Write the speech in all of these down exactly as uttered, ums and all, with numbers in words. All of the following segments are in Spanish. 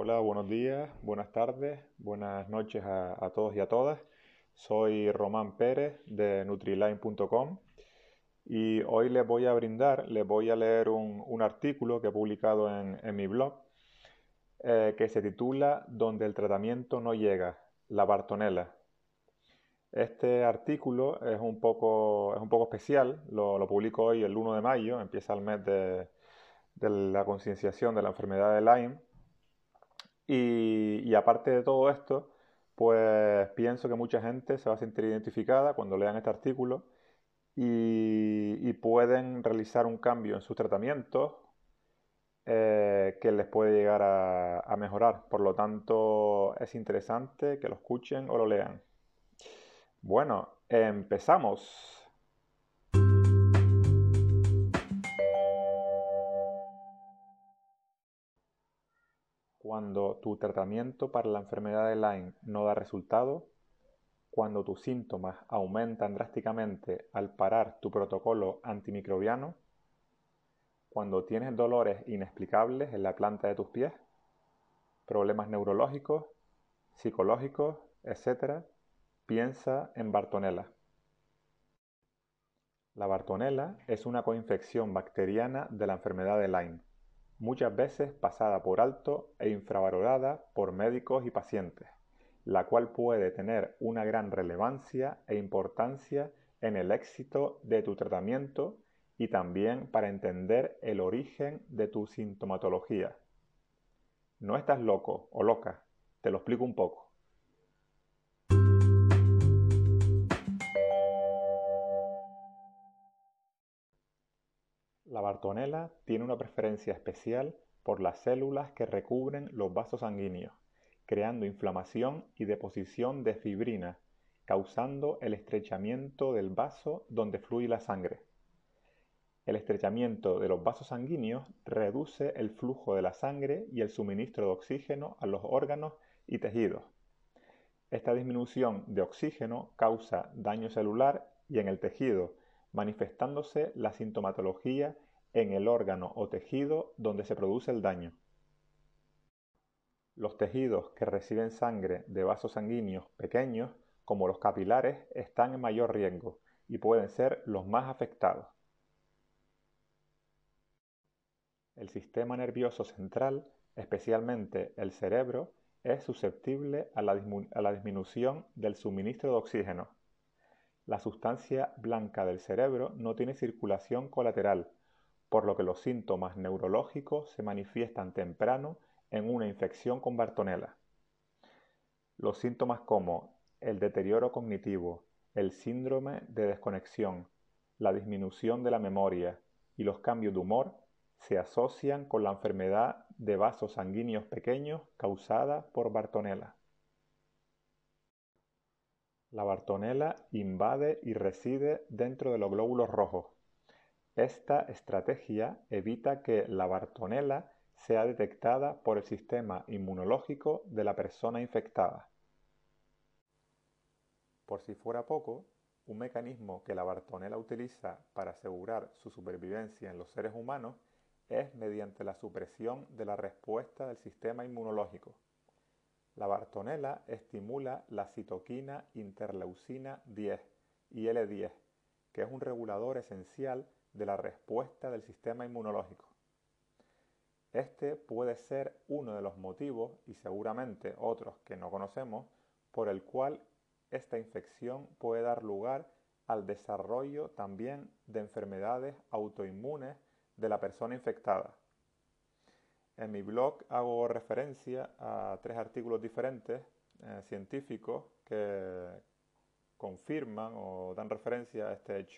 Hola, buenos días, buenas tardes, buenas noches a, a todos y a todas. Soy Román Pérez de Nutriline punto com y hoy les voy a brindar, les voy a leer un, un artículo que he publicado en, en mi blog eh, que se titula Donde el tratamiento no llega, la Bartonella. Este artículo es un poco, es un poco especial, lo, lo publico hoy el uno de mayo, empieza el mes de, de la concienciación de la enfermedad de Lyme. Y, y aparte de todo esto, pues pienso que mucha gente se va a sentir identificada cuando lean este artículo y, y pueden realizar un cambio en sus tratamientos eh, que les puede llegar a, a mejorar. Por lo tanto, es interesante que lo escuchen o lo lean. Bueno, empezamos. Cuando tu tratamiento para la enfermedad de Lyme no da resultado, cuando tus síntomas aumentan drásticamente al parar tu protocolo antimicrobiano, cuando tienes dolores inexplicables en la planta de tus pies, problemas neurológicos, psicológicos, etcétera, piensa en Bartonella. La Bartonella es una coinfección bacteriana de la enfermedad de Lyme, muchas veces pasada por alto e infravalorada por médicos y pacientes, la cual puede tener una gran relevancia e importancia en el éxito de tu tratamiento y también para entender el origen de tu sintomatología. No estás loco o loca, te lo explico un poco. La Bartonella tiene una preferencia especial por las células que recubren los vasos sanguíneos, creando inflamación y deposición de fibrina, causando el estrechamiento del vaso donde fluye la sangre. El estrechamiento de los vasos sanguíneos reduce el flujo de la sangre y el suministro de oxígeno a los órganos y tejidos. Esta disminución de oxígeno causa daño celular y en el tejido, manifestándose la sintomatología en el órgano o tejido donde se produce el daño. Los tejidos que reciben sangre de vasos sanguíneos pequeños, como los capilares, están en mayor riesgo y pueden ser los más afectados. El sistema nervioso central, especialmente el cerebro, es susceptible a la, a la disminución del suministro de oxígeno. La sustancia blanca del cerebro no tiene circulación colateral, por lo que los síntomas neurológicos se manifiestan temprano en una infección con Bartonella. Los síntomas como el deterioro cognitivo, el síndrome de desconexión, la disminución de la memoria y los cambios de humor se asocian con la enfermedad de vasos sanguíneos pequeños causada por Bartonella. La Bartonella invade y reside dentro de los glóbulos rojos. Esta estrategia evita que la Bartonella sea detectada por el sistema inmunológico de la persona infectada. Por si fuera poco, un mecanismo que la Bartonella utiliza para asegurar su supervivencia en los seres humanos es mediante la supresión de la respuesta del sistema inmunológico. La Bartonella estimula la citoquina interleucina diez y L diez, que es un regulador esencial de la respuesta del sistema inmunológico. Este puede ser uno de los motivos, y seguramente otros que no conocemos, por el cual esta infección puede dar lugar al desarrollo también de enfermedades autoinmunes de la persona infectada. En mi blog hago referencia a tres artículos diferentes eh, científicos que confirman o dan referencia a este hecho.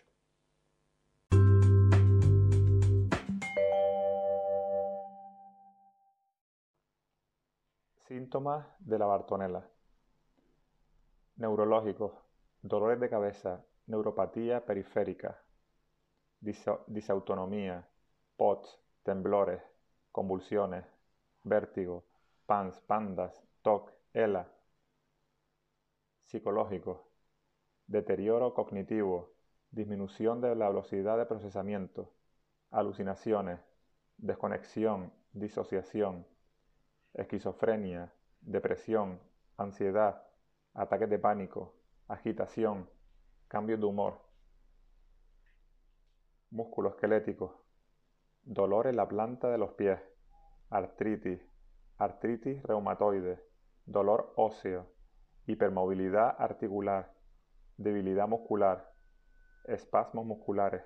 Síntomas de la Bartonella. Neurológicos, dolores de cabeza, neuropatía periférica, disautonomía, P O T S, temblores, convulsiones, vértigo, P A N S, pandas, T O C, E L A. Psicológicos, deterioro cognitivo, disminución de la velocidad de procesamiento, alucinaciones, desconexión, disociación, esquizofrenia, depresión, ansiedad, ataques de pánico, agitación, cambios de humor, músculo esquelético, dolor en la planta de los pies, artritis, artritis reumatoide, dolor óseo, hipermovilidad articular, debilidad muscular, espasmos musculares,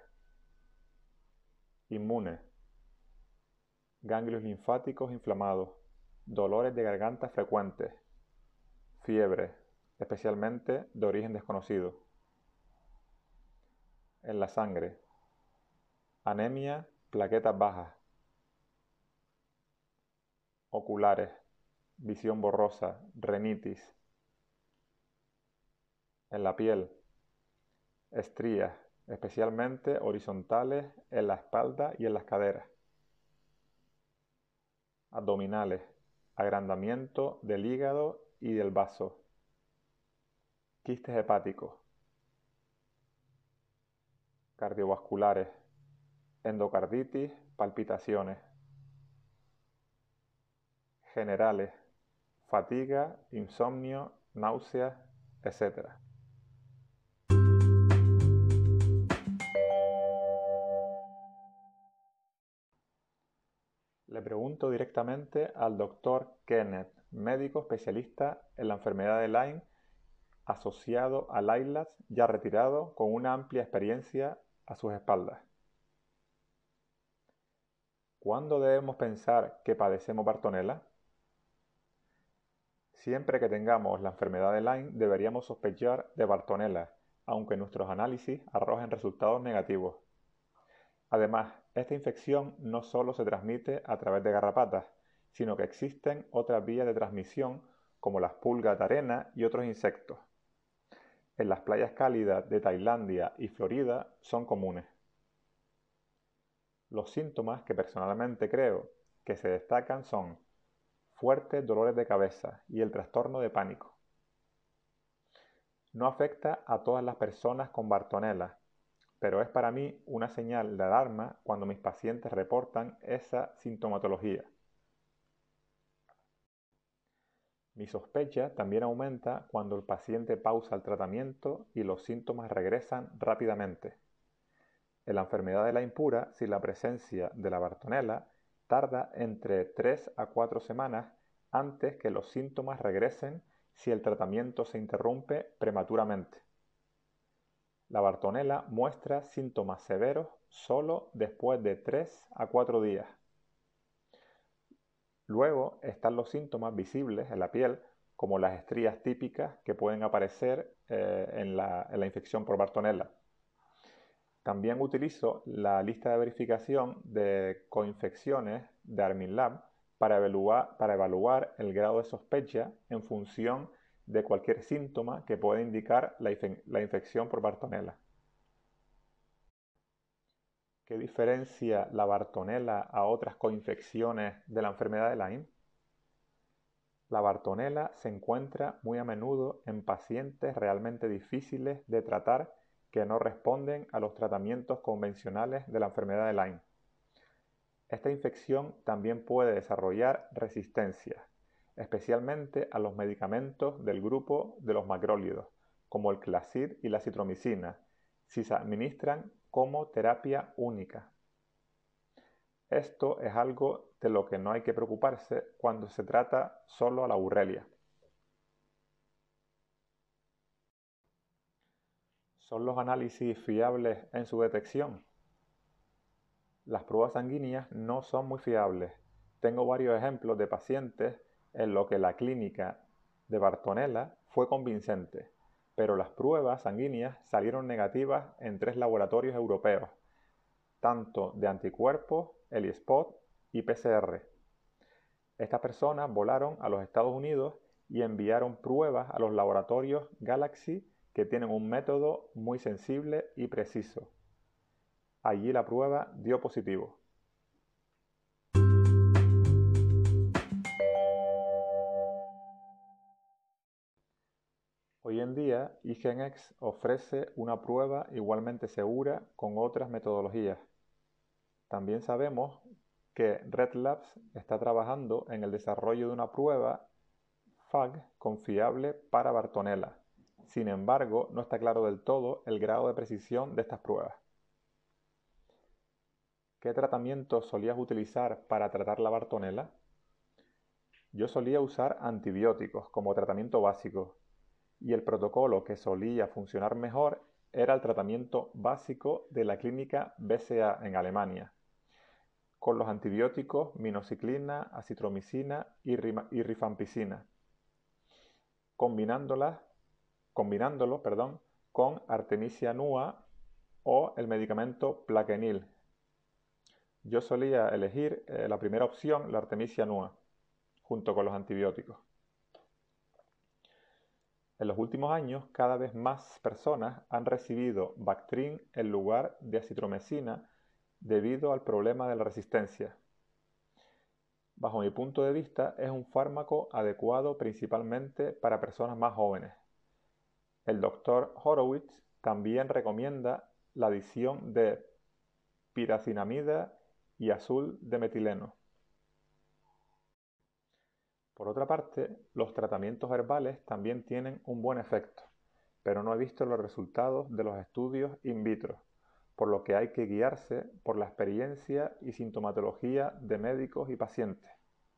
inmune, ganglios linfáticos inflamados, dolores de garganta frecuentes, fiebre, especialmente de origen desconocido. En la sangre, anemia, plaquetas bajas, oculares, visión borrosa, rinitis. En la piel, estrías, especialmente horizontales en la espalda y en las caderas. Abdominales, agrandamiento del hígado y del vaso. Quistes hepáticos. Cardiovasculares, endocarditis, palpitaciones. Generales, fatiga, insomnio, náuseas, etcétera. Le pregunto directamente al doctor Kenneth, médico especialista en la enfermedad de Lyme, asociado al I L A C, ya retirado, con una amplia experiencia a sus espaldas. ¿Cuándo debemos pensar que padecemos Bartonella? Siempre que tengamos la enfermedad de Lyme deberíamos sospechar de Bartonella, aunque nuestros análisis arrojen resultados negativos. Además, esta infección no solo se transmite a través de garrapatas, sino que existen otras vías de transmisión como las pulgas de arena y otros insectos. En las playas cálidas de Tailandia y Florida son comunes. Los síntomas que personalmente creo que se destacan son fuertes dolores de cabeza y el trastorno de pánico. No afecta a todas las personas con Bartonella, pero es para mí una señal de alarma cuando mis pacientes reportan esa sintomatología. Mi sospecha también aumenta cuando el paciente pausa el tratamiento y los síntomas regresan rápidamente. En la enfermedad de Lyme pura, si la presencia de la Bartonella tarda entre tres a cuatro semanas antes que los síntomas regresen si el tratamiento se interrumpe prematuramente. La Bartonella muestra síntomas severos solo después de tres a cuatro días. Luego están los síntomas visibles en la piel, como las estrías típicas que pueden aparecer eh, en, la, en la infección por Bartonella. También utilizo la lista de verificación de coinfecciones de ArminLab para evaluar, para evaluar el grado de sospecha en función de cualquier síntoma que pueda indicar la, infe la infección por Bartonella. ¿Qué diferencia la Bartonella a otras coinfecciones de la enfermedad de Lyme? La Bartonella se encuentra muy a menudo en pacientes realmente difíciles de tratar que no responden a los tratamientos convencionales de la enfermedad de Lyme. Esta infección también puede desarrollar resistencia, especialmente a los medicamentos del grupo de los macrólidos, como el Classid y la citromicina, si se administran como terapia única. Esto es algo de lo que no hay que preocuparse cuando se trata solo a la Borrelia. ¿Son los análisis fiables en su detección? Las pruebas sanguíneas no son muy fiables. Tengo varios ejemplos de pacientes en los que la clínica de Bartonella fue convincente, pero las pruebas sanguíneas salieron negativas en tres laboratorios europeos, tanto de anticuerpos, ELISpot y P C R. Estas personas volaron a los Estados Unidos y enviaron pruebas a los laboratorios Galaxy, que tienen un método muy sensible y preciso. Allí la prueba dio positivo. Hoy en día, IGeneX ofrece una prueba igualmente segura con otras metodologías. También sabemos que Red Labs está trabajando en el desarrollo de una prueba F A G confiable para Bartonella. Sin embargo, no está claro del todo el grado de precisión de estas pruebas. ¿Qué tratamiento solías utilizar para tratar la Bartonella? Yo solía usar antibióticos como tratamiento básico, y el protocolo que solía funcionar mejor era el tratamiento básico de la clínica B C A en Alemania, con los antibióticos minoxiclina, acitromicina y, y rifampicina, combinándolas, combinándolo perdón, con Artemisia Nua o el medicamento Plaquenil. Yo solía elegir eh, la primera opción, la Artemisia Nua, junto con los antibióticos. En los últimos años, cada vez más personas han recibido Bactrim en lugar de acitromicina debido al problema de la resistencia. Bajo mi punto de vista, es un fármaco adecuado principalmente para personas más jóvenes. El doctor Horowitz también recomienda la adición de piracinamida y azul de metileno. Por otra parte, los tratamientos herbales también tienen un buen efecto, pero no he visto los resultados de los estudios in vitro, por lo que hay que guiarse por la experiencia y sintomatología de médicos y pacientes.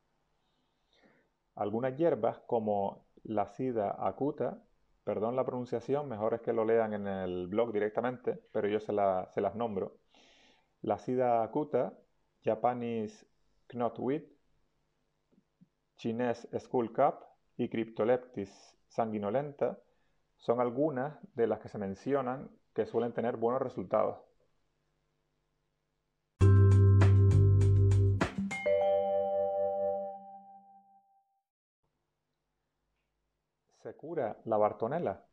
Algunas hierbas como la sida acuta, perdón la pronunciación, mejor es que lo lean en el blog directamente, pero yo se, la, se las nombro. La sida acuta, Japanese knotweed, Chinese skullcap y Cryptoleptis sanguinolenta son algunas de las que se mencionan que suelen tener buenos resultados. ¿Se cura la Bartonella?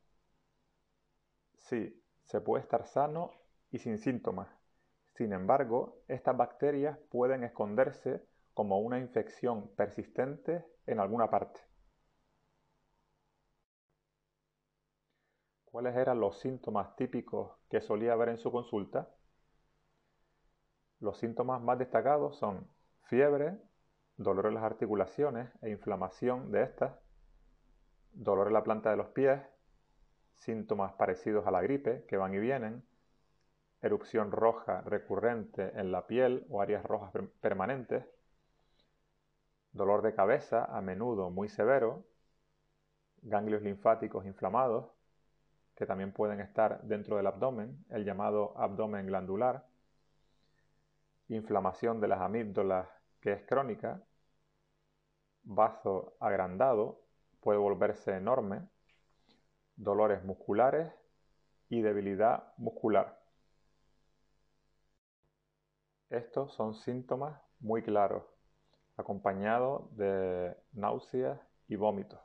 Sí, se puede estar sano y sin síntomas. Sin embargo, estas bacterias pueden esconderse como una infección persistente en alguna parte. ¿Cuáles eran los síntomas típicos que solía ver en su consulta? Los síntomas más destacados son fiebre, dolor en las articulaciones e inflamación de estas, dolor en la planta de los pies, síntomas parecidos a la gripe que van y vienen, erupción roja recurrente en la piel o áreas rojas permanentes, dolor de cabeza a menudo muy severo, ganglios linfáticos inflamados, que también pueden estar dentro del abdomen, el llamado abdomen glandular, inflamación de las amígdalas que es crónica, bazo agrandado, puede volverse enorme, dolores musculares y debilidad muscular. Estos son síntomas muy claros, acompañados de náuseas y vómitos.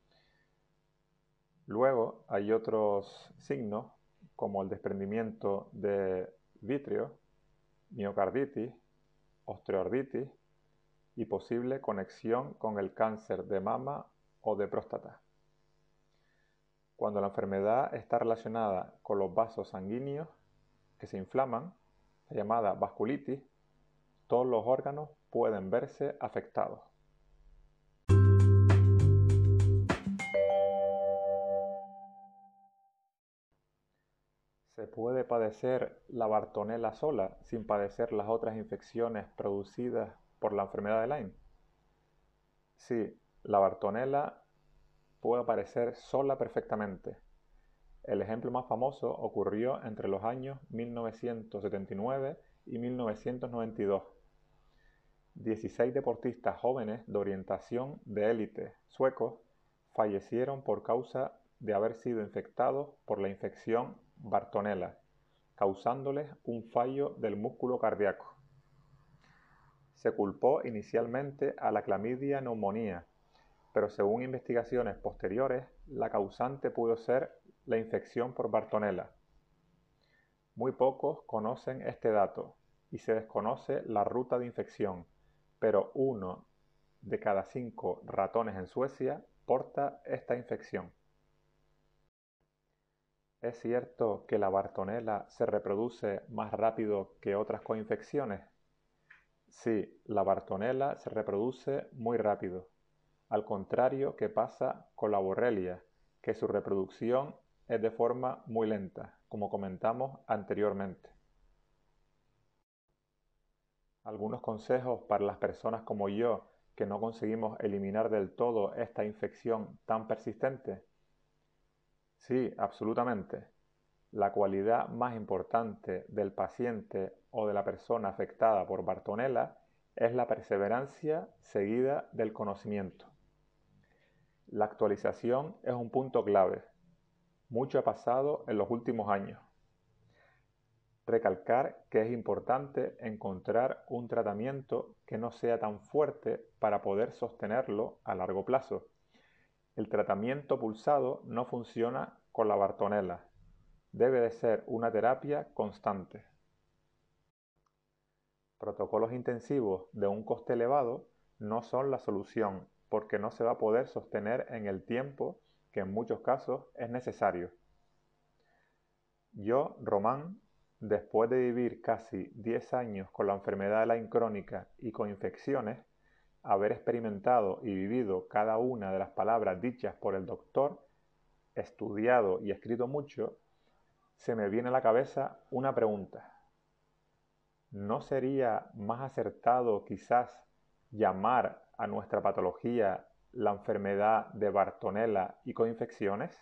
Luego hay otros signos como el desprendimiento de vítreo, miocarditis, osteoartritis y posible conexión con el cáncer de mama o de próstata. Cuando la enfermedad está relacionada con los vasos sanguíneos que se inflaman, la llamada vasculitis, todos los órganos pueden verse afectados. ¿Se puede padecer la Bartonella sola sin padecer las otras infecciones producidas por la enfermedad de Lyme? Sí, la Bartonella puede aparecer sola perfectamente. El ejemplo más famoso ocurrió entre los años mil novecientos setenta y nueve y mil novecientos noventa y dos. dieciséis deportistas jóvenes de orientación de élite suecos fallecieron por causa de haber sido infectados por la infección Bartonella, causándoles un fallo del músculo cardíaco. Se culpó inicialmente a la clamidia neumonía, pero según investigaciones posteriores, la causante pudo ser la infección por Bartonella. Muy pocos conocen este dato y se desconoce la ruta de infección, pero uno de cada cinco ratones en Suecia porta esta infección. ¿Es cierto que la Bartonella se reproduce más rápido que otras coinfecciones? Sí, la Bartonella se reproduce muy rápido, al contrario que pasa con la Borrelia, que su reproducción es de forma muy lenta, como comentamos anteriormente. Algunos consejos para las personas como yo que no conseguimos eliminar del todo esta infección tan persistente. Sí, absolutamente. La cualidad más importante del paciente o de la persona afectada por Bartonella es la perseverancia seguida del conocimiento. La actualización es un punto clave. Mucho ha pasado en los últimos años. Recalcar que es importante encontrar un tratamiento que no sea tan fuerte para poder sostenerlo a largo plazo. El tratamiento pulsado no funciona con la Bartonella. Debe de ser una terapia constante. Protocolos intensivos de un coste elevado no son la solución porque no se va a poder sostener en el tiempo que en muchos casos es necesario. Yo, Román, después de vivir casi diez años con la enfermedad de Lyme crónica y con infecciones, haber experimentado y vivido cada una de las palabras dichas por el doctor, estudiado y escrito mucho, se me viene a la cabeza una pregunta. ¿No sería más acertado quizás llamar a nuestra patología la enfermedad de Bartonella y coinfecciones?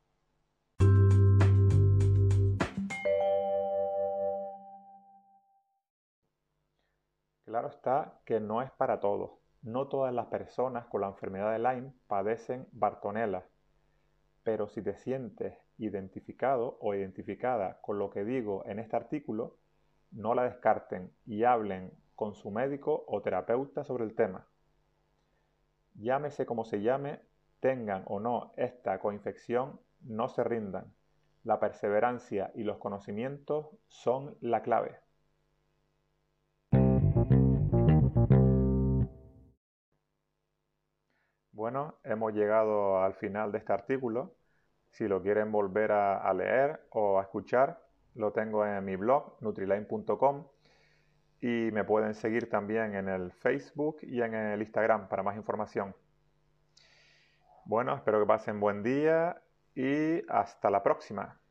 Claro está que no es para todos. No todas las personas con la enfermedad de Lyme padecen Bartonella, pero si te sientes identificado o identificada con lo que digo en este artículo, no la descarten y hablen con su médico o terapeuta sobre el tema. Llámese como se llame, tengan o no esta coinfección, no se rindan. La perseverancia y los conocimientos son la clave. Bueno, hemos llegado al final de este artículo. Si lo quieren volver a, a leer o a escuchar, lo tengo en mi blog, nutriline punto com, y me pueden seguir también en el Facebook y en el Instagram para más información. Bueno, espero que pasen buen día y hasta la próxima.